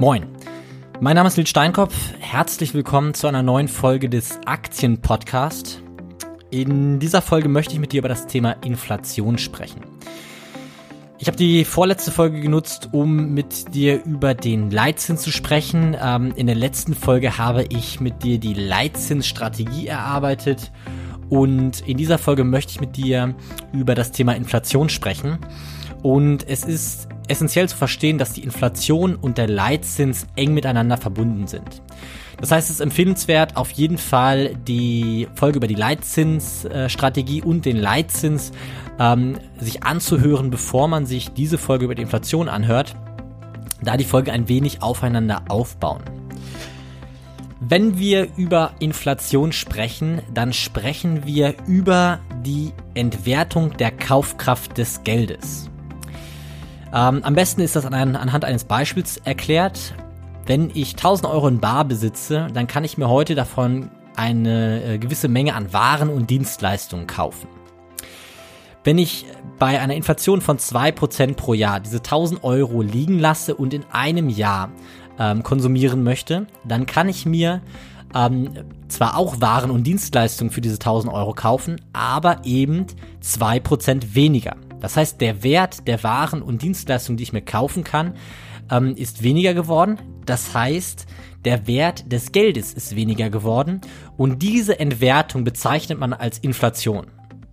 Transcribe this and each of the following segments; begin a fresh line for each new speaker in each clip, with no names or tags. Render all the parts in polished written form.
Moin, mein Name ist Nils Steinkopf, herzlich willkommen zu einer neuen Folge des Aktien-Podcast. In dieser Folge möchte ich mit dir über das Thema Inflation sprechen. Ich habe die vorletzte Folge genutzt, um mit dir über den Leitzins zu sprechen. In der letzten Folge habe ich mit dir die Leitzinsstrategie erarbeitet und in dieser Folge möchte ich mit dir über das Thema Inflation sprechen. Und es ist essentiell zu verstehen, dass die Inflation und der Leitzins eng miteinander verbunden sind. Das heißt, es ist empfehlenswert, auf jeden Fall die Folge über die Leitzinsstrategie und den Leitzins sich anzuhören, bevor man sich diese Folge über die Inflation anhört, da die Folge ein wenig aufeinander aufbauen. Wenn wir über Inflation sprechen, dann sprechen wir über die Entwertung der Kaufkraft des Geldes. Am besten ist das anhand eines Beispiels erklärt. Wenn ich 1000 Euro in bar besitze, dann kann ich mir heute davon eine gewisse Menge an Waren und Dienstleistungen kaufen. Wenn ich bei einer Inflation von 2% pro Jahr diese 1000 Euro liegen lasse und in einem Jahr konsumieren möchte, dann kann ich mir zwar auch Waren und Dienstleistungen für diese 1000 Euro kaufen, aber eben 2% weniger. Das heißt, der Wert der Waren und Dienstleistungen, die ich mir kaufen kann, ist weniger geworden. Das heißt, der Wert des Geldes ist weniger geworden und diese Entwertung bezeichnet man als Inflation.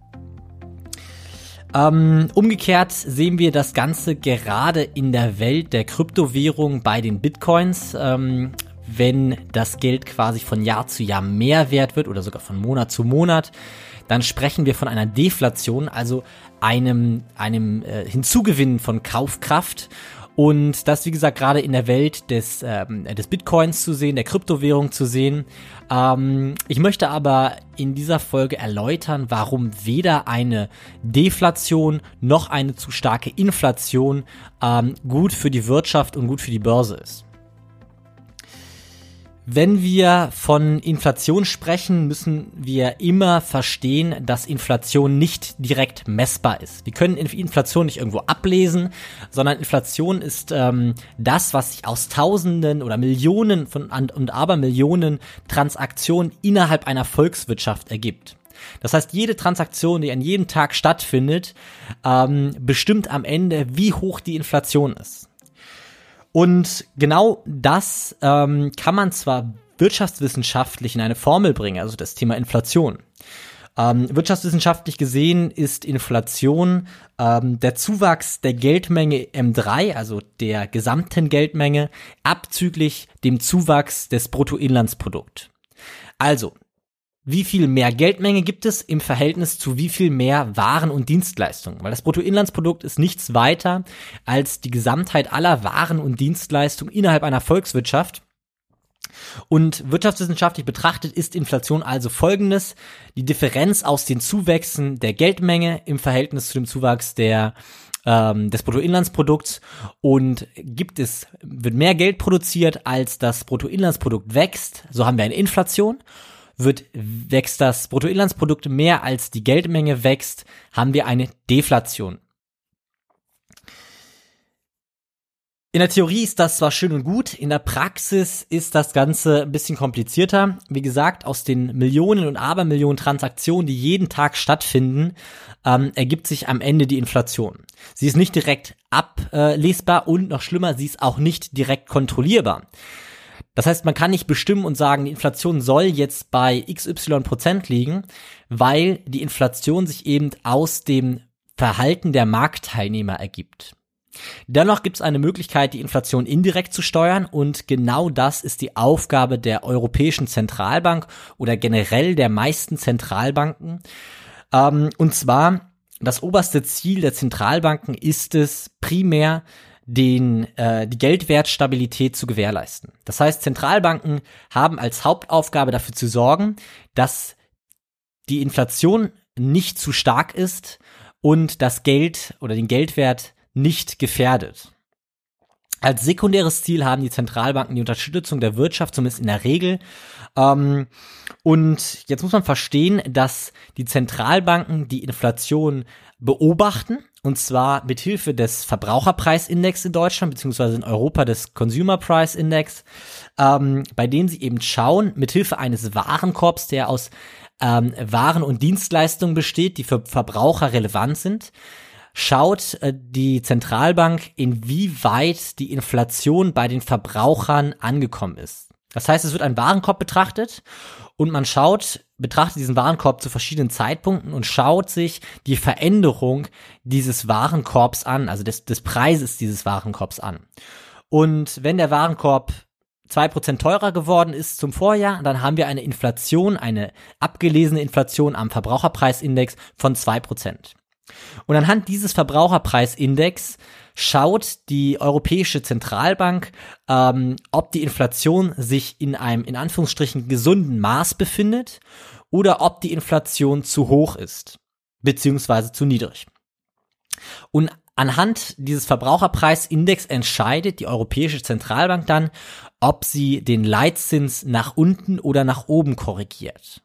Umgekehrt sehen wir das Ganze gerade in der Welt der Kryptowährung bei den Bitcoins. Wenn das Geld quasi von Jahr zu Jahr mehr wert wird oder sogar von Monat zu Monat, dann sprechen wir von einer Deflation, also einem Hinzugewinnen von Kaufkraft. Und das, wie gesagt, gerade in der Welt des Bitcoins zu sehen, der Kryptowährung zu sehen. Ich möchte aber in dieser Folge erläutern, warum weder eine Deflation noch eine zu starke Inflation gut für die Wirtschaft und gut für die Börse ist. Wenn wir von Inflation sprechen, müssen wir immer verstehen, dass Inflation nicht direkt messbar ist. Wir können Inflation nicht irgendwo ablesen, sondern Inflation ist das, was sich aus Tausenden oder Millionen und Abermillionen Transaktionen innerhalb einer Volkswirtschaft ergibt. Das heißt, jede Transaktion, die an jedem Tag stattfindet, bestimmt am Ende, wie hoch die Inflation ist. Und genau das kann man zwar wirtschaftswissenschaftlich in eine Formel bringen, also das Thema Inflation. Wirtschaftswissenschaftlich gesehen ist Inflation der Zuwachs der Geldmenge M3, also der gesamten Geldmenge, abzüglich dem Zuwachs des Bruttoinlandsprodukts. Also, wie viel mehr Geldmenge gibt es im Verhältnis zu wie viel mehr Waren und Dienstleistungen? Weil das Bruttoinlandsprodukt ist nichts weiter als die Gesamtheit aller Waren und Dienstleistungen innerhalb einer Volkswirtschaft. Und wirtschaftswissenschaftlich betrachtet ist Inflation also folgendes: die Differenz aus den Zuwächsen der Geldmenge im Verhältnis zu dem Zuwachs des Bruttoinlandsprodukts. Und wird mehr Geld produziert, als das Bruttoinlandsprodukt wächst, so haben wir eine Inflation. Wächst das Bruttoinlandsprodukt mehr als die Geldmenge wächst, haben wir eine Deflation. In der Theorie ist das zwar schön und gut, in der Praxis ist das Ganze ein bisschen komplizierter. Wie gesagt, aus den Millionen und Abermillionen Transaktionen, die jeden Tag stattfinden, ergibt sich am Ende die Inflation. Sie ist nicht direkt ablesbar und noch schlimmer, sie ist auch nicht direkt kontrollierbar. Das heißt, man kann nicht bestimmen und sagen, die Inflation soll jetzt bei XY% liegen, weil die Inflation sich eben aus dem Verhalten der Marktteilnehmer ergibt. Dennoch gibt es eine Möglichkeit, die Inflation indirekt zu steuern und genau das ist die Aufgabe der Europäischen Zentralbank oder generell der meisten Zentralbanken. Und zwar, das oberste Ziel der Zentralbanken ist es primär, die Geldwertstabilität zu gewährleisten. Das heißt, Zentralbanken haben als Hauptaufgabe dafür zu sorgen, dass die Inflation nicht zu stark ist und das Geld oder den Geldwert nicht gefährdet. Als sekundäres Ziel haben die Zentralbanken die Unterstützung der Wirtschaft, zumindest in der Regel. Und jetzt muss man verstehen, dass die Zentralbanken die Inflation beobachten und zwar mithilfe des Verbraucherpreisindex in Deutschland, beziehungsweise in Europa des Consumer Price Index, bei denen sie eben schauen, mithilfe eines Warenkorbs, der aus Waren und Dienstleistungen besteht, die für Verbraucher relevant sind, schaut die Zentralbank, inwieweit die Inflation bei den Verbrauchern angekommen ist. Das heißt, es wird ein Warenkorb betrachtet und man betrachtet diesen Warenkorb zu verschiedenen Zeitpunkten und schaut sich die Veränderung dieses Warenkorbs an, also des Preises dieses Warenkorbs an. Und wenn der Warenkorb 2% teurer geworden ist zum Vorjahr, dann haben wir eine Inflation, eine abgelesene Inflation am Verbraucherpreisindex von 2%. Und anhand dieses Verbraucherpreisindex schaut die Europäische Zentralbank, ob die Inflation sich in einem, in Anführungsstrichen, gesunden Maß befindet oder ob die Inflation zu hoch ist, beziehungsweise zu niedrig. Und anhand dieses Verbraucherpreisindex entscheidet die Europäische Zentralbank dann, ob sie den Leitzins nach unten oder nach oben korrigiert.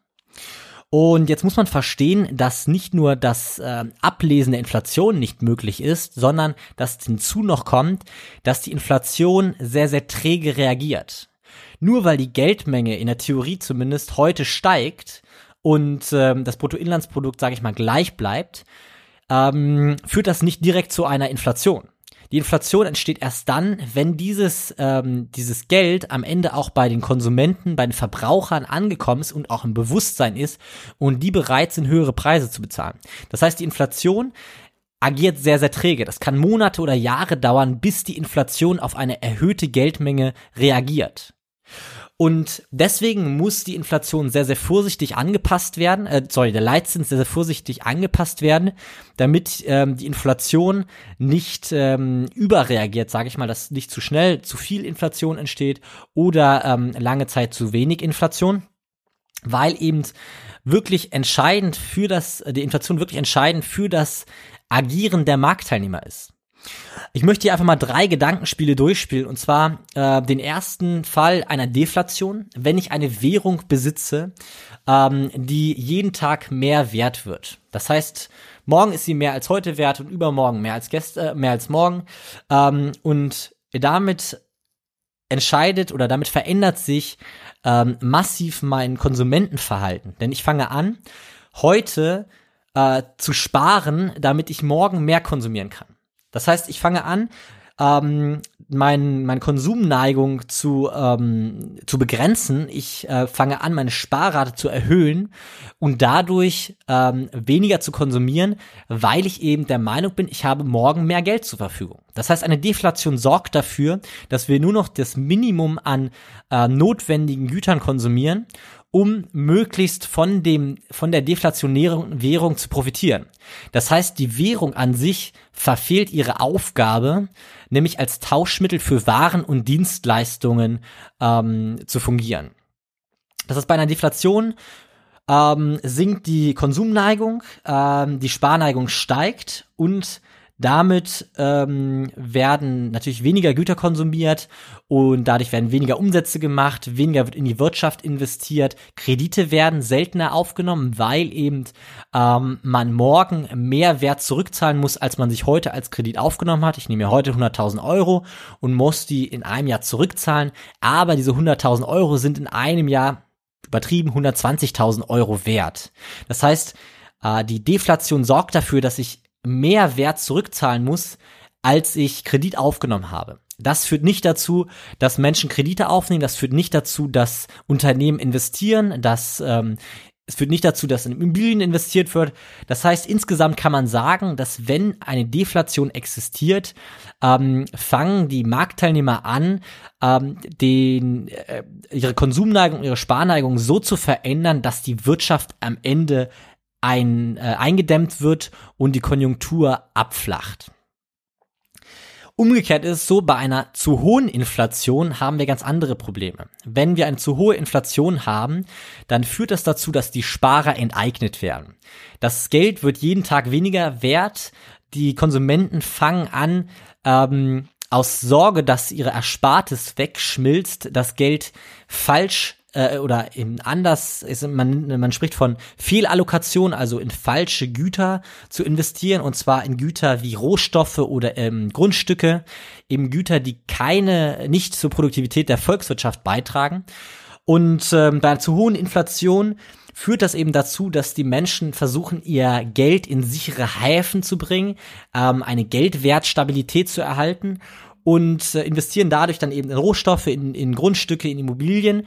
Und jetzt muss man verstehen, dass nicht nur das Ablesen der Inflation nicht möglich ist, sondern dass hinzu noch kommt, dass die Inflation sehr, sehr träge reagiert. Nur weil die Geldmenge in der Theorie zumindest heute steigt und das Bruttoinlandsprodukt, sage ich mal, gleich bleibt, führt das nicht direkt zu einer Inflation. Die Inflation entsteht erst dann, wenn dieses Geld am Ende auch bei den Konsumenten, bei den Verbrauchern angekommen ist und auch im Bewusstsein ist und die bereit sind, höhere Preise zu bezahlen. Das heißt, die Inflation agiert sehr, sehr träge. Das kann Monate oder Jahre dauern, bis die Inflation auf eine erhöhte Geldmenge reagiert. Und deswegen muss die Inflation sehr, sehr vorsichtig angepasst werden, der Leitzins sehr, sehr vorsichtig angepasst werden, damit die Inflation nicht überreagiert, sage ich mal, dass nicht zu schnell zu viel Inflation entsteht oder lange Zeit zu wenig Inflation, weil eben wirklich entscheidend die Inflation wirklich entscheidend für das Agieren der Marktteilnehmer ist. Ich möchte hier einfach mal 3 Gedankenspiele durchspielen, und zwar den ersten Fall einer Deflation, wenn ich eine Währung besitze, die jeden Tag mehr wert wird. Das heißt, morgen ist sie mehr als heute wert und übermorgen mehr als morgen, und damit damit verändert sich massiv mein Konsumentenverhalten, denn ich fange an, heute zu sparen, damit ich morgen mehr konsumieren kann. Das heißt, ich fange an, meine Konsumneigung zu begrenzen. Ich fange an, meine Sparrate zu erhöhen und dadurch weniger zu konsumieren, weil ich eben der Meinung bin, ich habe morgen mehr Geld zur Verfügung. Das heißt, eine Deflation sorgt dafür, dass wir nur noch das Minimum an notwendigen Gütern konsumieren, um möglichst von der deflationären Währung zu profitieren. Das heißt, die Währung an sich verfehlt ihre Aufgabe, nämlich als Tauschmittel für Waren und Dienstleistungen zu fungieren. Das heißt, bei einer Deflation sinkt die Konsumneigung, die Sparneigung steigt und damit werden natürlich weniger Güter konsumiert und dadurch werden weniger Umsätze gemacht, weniger wird in die Wirtschaft investiert, Kredite werden seltener aufgenommen, weil eben man morgen mehr Wert zurückzahlen muss, als man sich heute als Kredit aufgenommen hat. Ich nehme mir heute 100.000 Euro und muss die in einem Jahr zurückzahlen, aber diese 100.000 Euro sind in einem Jahr übertrieben 120.000 Euro wert. Das heißt, die Deflation sorgt dafür, dass ich mehr Wert zurückzahlen muss, als ich Kredit aufgenommen habe. Das führt nicht dazu, dass Menschen Kredite aufnehmen, das führt nicht dazu, dass Unternehmen investieren, es führt nicht dazu, dass in Immobilien investiert wird. Das heißt, insgesamt kann man sagen, dass wenn eine Deflation existiert, fangen die Marktteilnehmer an, ihre Konsumneigung, ihre Sparneigung so zu verändern, dass die Wirtschaft am Ende eingedämmt wird und die Konjunktur abflacht. Umgekehrt ist es so, bei einer zu hohen Inflation haben wir ganz andere Probleme. Wenn wir eine zu hohe Inflation haben, dann führt das dazu, dass die Sparer enteignet werden. Das Geld wird jeden Tag weniger wert, die Konsumenten fangen an, aus Sorge, dass ihre Erspartes wegschmilzt, das Geld falsch man spricht von Fehlallokation, also in falsche Güter zu investieren, und zwar in Güter wie Rohstoffe oder Grundstücke, eben Güter, die nicht zur Produktivität der Volkswirtschaft beitragen. Und bei einer zu hohen Inflation führt das eben dazu, dass die Menschen versuchen, ihr Geld in sichere Häfen zu bringen, eine Geldwertstabilität zu erhalten und investieren dadurch dann eben in Rohstoffe, in Grundstücke, in Immobilien,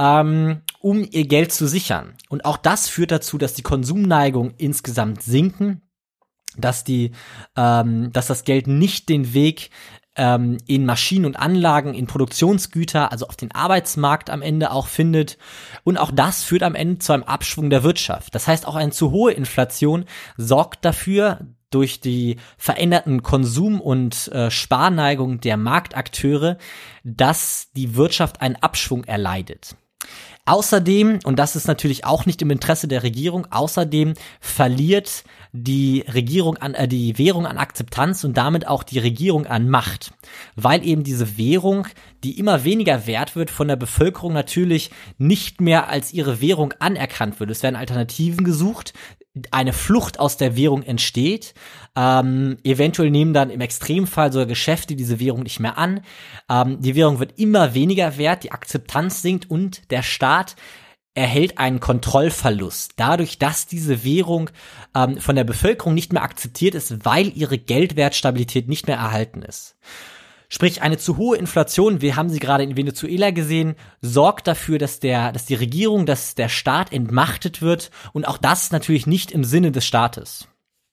um ihr Geld zu sichern. Und auch das führt dazu, dass die Konsumneigung insgesamt sinken, dass das Geld nicht den Weg in Maschinen und Anlagen, in Produktionsgüter, also auf den Arbeitsmarkt am Ende auch findet. Und auch das führt am Ende zu einem Abschwung der Wirtschaft. Das heißt, auch eine zu hohe Inflation sorgt dafür, durch die veränderten Konsum- und Sparneigung der Marktakteure, dass die Wirtschaft einen Abschwung erleidet. Außerdem, und das ist natürlich auch nicht im Interesse der Regierung, verliert die Währung an Akzeptanz und damit auch die Regierung an Macht, weil eben diese Währung, die immer weniger wert wird, von der Bevölkerung natürlich nicht mehr als ihre Währung anerkannt wird. Es werden Alternativen gesucht, eine Flucht aus der Währung entsteht. Eventuell nehmen dann im Extremfall sogar Geschäfte diese Währung nicht mehr an. Die Währung wird immer weniger wert, die Akzeptanz sinkt und der Staat erhält einen Kontrollverlust. Dadurch, dass diese Währung von der Bevölkerung nicht mehr akzeptiert ist, weil ihre Geldwertstabilität nicht mehr erhalten ist. Sprich, eine zu hohe Inflation, wir haben sie gerade in Venezuela gesehen, sorgt dafür, dass die Regierung, dass der Staat entmachtet wird, und auch das natürlich nicht im Sinne des Staates.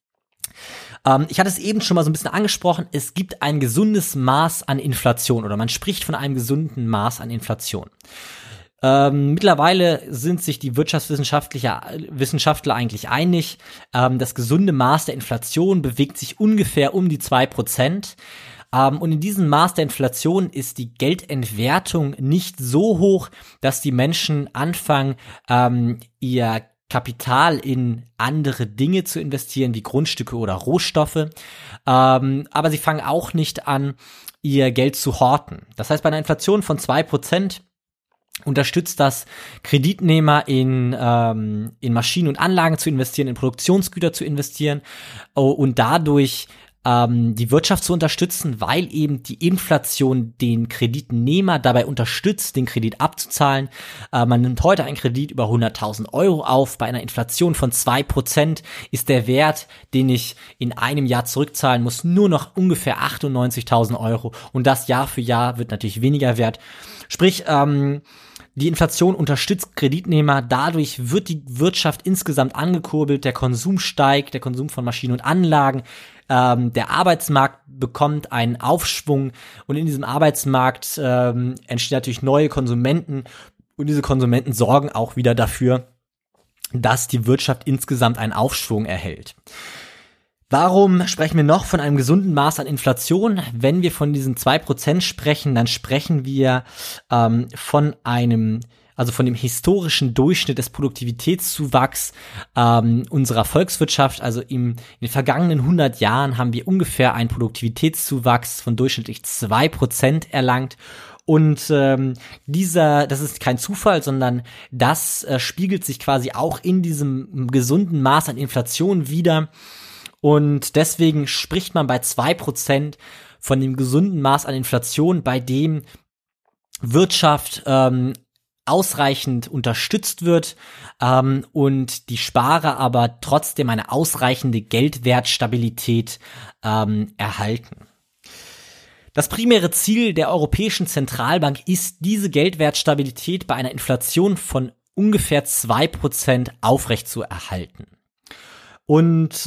Ich hatte es eben schon mal so ein bisschen angesprochen, es gibt ein gesundes Maß an Inflation, oder man spricht von einem gesunden Maß an Inflation. Mittlerweile sind sich die Wissenschaftler eigentlich einig, das gesunde Maß der Inflation bewegt sich ungefähr um die 2%. Und in diesem Maß der Inflation ist die Geldentwertung nicht so hoch, dass die Menschen anfangen, ihr Kapital in andere Dinge zu investieren, wie Grundstücke oder Rohstoffe. Aber sie fangen auch nicht an, ihr Geld zu horten. Das heißt, bei einer Inflation von 2% unterstützt das Kreditnehmer in Maschinen und Anlagen zu investieren, in Produktionsgüter zu investieren und dadurch die Wirtschaft zu unterstützen, weil eben die Inflation den Kreditnehmer dabei unterstützt, den Kredit abzuzahlen. Man nimmt heute einen Kredit über 100.000 Euro auf. Bei einer Inflation von 2% ist der Wert, den ich in einem Jahr zurückzahlen muss, nur noch ungefähr 98.000 Euro. Und das Jahr für Jahr wird natürlich weniger wert. Sprich, die Inflation unterstützt Kreditnehmer, dadurch wird die Wirtschaft insgesamt angekurbelt, der Konsum steigt, der Konsum von Maschinen und Anlagen, der Arbeitsmarkt bekommt einen Aufschwung und in diesem Arbeitsmarkt entstehen natürlich neue Konsumenten und diese Konsumenten sorgen auch wieder dafür, dass die Wirtschaft insgesamt einen Aufschwung erhält. Warum sprechen wir noch von einem gesunden Maß an Inflation? Wenn wir von diesen 2% sprechen, dann sprechen wir von dem historischen Durchschnitt des Produktivitätszuwachs unserer Volkswirtschaft. Also in den vergangenen 100 Jahren haben wir ungefähr einen Produktivitätszuwachs von durchschnittlich 2% erlangt. Und das ist kein Zufall, sondern das spiegelt sich quasi auch in diesem gesunden Maß an Inflation wider. Und deswegen spricht man bei 2% von dem gesunden Maß an Inflation, bei dem Wirtschaft ausreichend unterstützt wird und die Sparer aber trotzdem eine ausreichende Geldwertstabilität erhalten. Das primäre Ziel der Europäischen Zentralbank ist, diese Geldwertstabilität bei einer Inflation von ungefähr 2% aufrechtzuerhalten. Und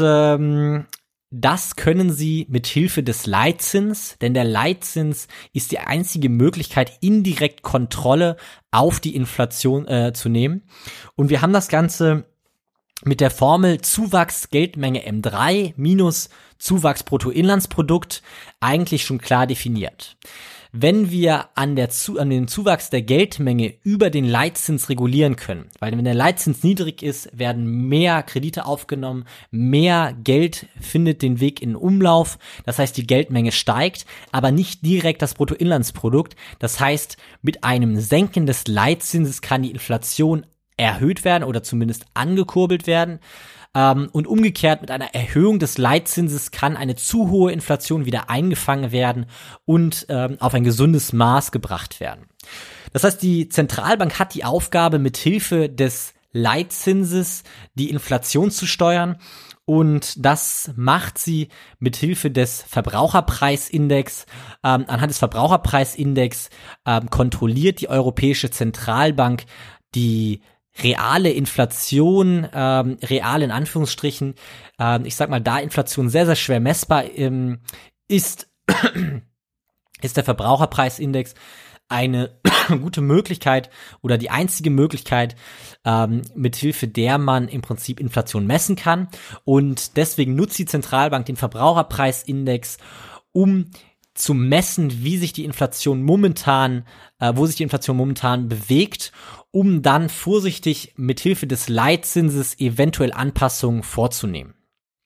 das können sie mit Hilfe des Leitzins, denn der Leitzins ist die einzige Möglichkeit, indirekt Kontrolle auf die Inflation zu nehmen. Und wir haben das Ganze mit der Formel Zuwachs Geldmenge M3 minus Zuwachs Bruttoinlandsprodukt eigentlich schon klar definiert. wenn wir an den Zuwachs der Geldmenge über den Leitzins regulieren können. Weil wenn der Leitzins niedrig ist, werden mehr Kredite aufgenommen, mehr Geld findet den Weg in Umlauf. Das heißt, die Geldmenge steigt, aber nicht direkt das Bruttoinlandsprodukt. Das heißt, mit einem Senken des Leitzinses kann die Inflation erhöht werden oder zumindest angekurbelt werden. Und umgekehrt mit einer Erhöhung des Leitzinses kann eine zu hohe Inflation wieder eingefangen werden und auf ein gesundes Maß gebracht werden. Das heißt, die Zentralbank hat die Aufgabe, mit Hilfe des Leitzinses die Inflation zu steuern. Und das macht sie mit Hilfe des Verbraucherpreisindex. Anhand des Verbraucherpreisindex kontrolliert die Europäische Zentralbank die reale Inflation, real in Anführungsstrichen, ich sag mal, da Inflation sehr, sehr schwer messbar ist der Verbraucherpreisindex eine gute Möglichkeit oder die einzige Möglichkeit, mithilfe der man im Prinzip Inflation messen kann. Und deswegen nutzt die Zentralbank den Verbraucherpreisindex, um zu messen, wie sich die Inflation momentan, wo sich die Inflation momentan bewegt, um dann vorsichtig mithilfe des Leitzinses eventuell Anpassungen vorzunehmen.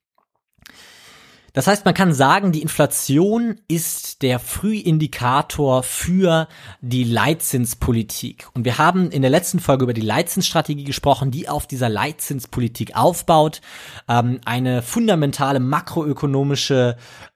Das heißt, man kann sagen, die Inflation ist der Frühindikator für die Leitzinspolitik. Und wir haben in der letzten Folge über die Leitzinsstrategie gesprochen, die auf dieser Leitzinspolitik aufbaut. Ein fundamentaler makroökonomischer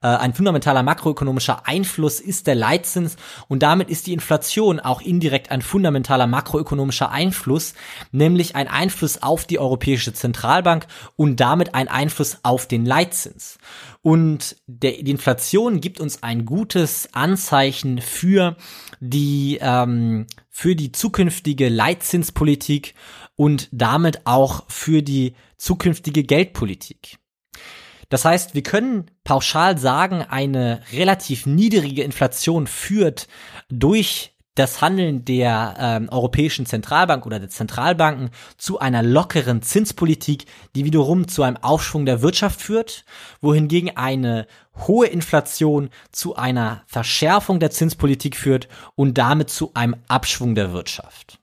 Einfluss ist der Leitzins und damit ist die Inflation auch indirekt ein fundamentaler makroökonomischer Einfluss, nämlich ein Einfluss auf die Europäische Zentralbank und damit ein Einfluss auf den Leitzins. Und die Inflation gibt uns ein gutes Anzeichen für die zukünftige Leitzinspolitik und damit auch für die zukünftige Geldpolitik. Das heißt, wir können pauschal sagen, eine relativ niedrige Inflation führt durch das Handeln der Europäischen Zentralbank oder der Zentralbanken zu einer lockeren Zinspolitik, die wiederum zu einem Aufschwung der Wirtschaft führt, wohingegen eine hohe Inflation zu einer Verschärfung der Zinspolitik führt und damit zu einem Abschwung der Wirtschaft.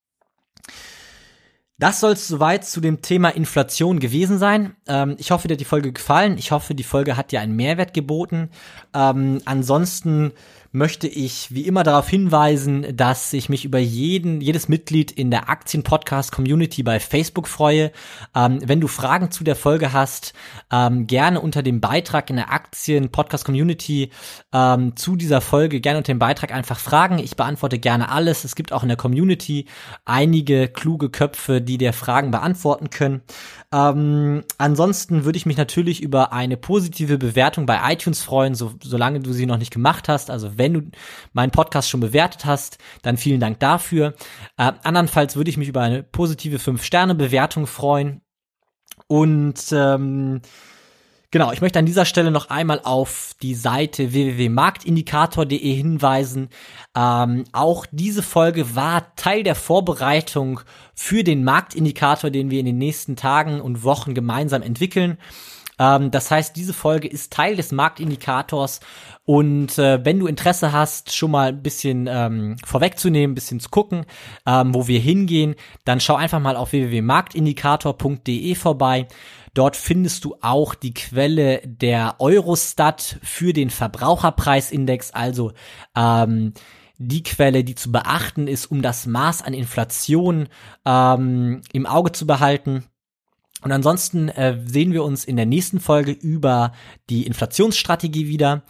Das soll es soweit zu dem Thema Inflation gewesen sein. Ich hoffe, dir hat die Folge gefallen. Ich hoffe, die Folge hat dir einen Mehrwert geboten. Ansonsten möchte ich wie immer darauf hinweisen, dass ich mich über jedes Mitglied in der Aktien-Podcast-Community bei Facebook freue. Wenn du Fragen zu der Folge hast, gerne unter dem Beitrag in der Aktien-Podcast-Community zu dieser Folge, gerne unter dem Beitrag einfach fragen. Ich beantworte gerne alles. Es gibt auch in der Community einige kluge Köpfe, die dir Fragen beantworten können. Ansonsten würde ich mich natürlich über eine positive Bewertung bei iTunes freuen, solange du sie noch nicht gemacht hast. Also wenn du meinen Podcast schon bewertet hast, dann vielen Dank dafür. Andernfalls würde ich mich über eine positive 5-Sterne-Bewertung freuen. Und genau, ich möchte an dieser Stelle noch einmal auf die Seite www.marktindikator.de hinweisen. Auch diese Folge war Teil der Vorbereitung für den Marktindikator, den wir in den nächsten Tagen und Wochen gemeinsam entwickeln. Das heißt, diese Folge ist Teil des Marktindikators und wenn du Interesse hast, schon mal ein bisschen vorwegzunehmen, ein bisschen zu gucken, wo wir hingehen, dann schau einfach mal auf www.marktindikator.de vorbei. Dort findest du auch die Quelle der Eurostat für den Verbraucherpreisindex, also die Quelle, die zu beachten ist, um das Maß an Inflation im Auge zu behalten. Und ansonsten sehen wir uns in der nächsten Folge über die Inflationsstrategie wieder.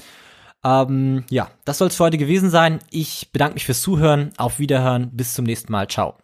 Ja, das soll es für heute gewesen sein. Ich bedanke mich fürs Zuhören. Auf Wiederhören. Bis zum nächsten Mal. Ciao.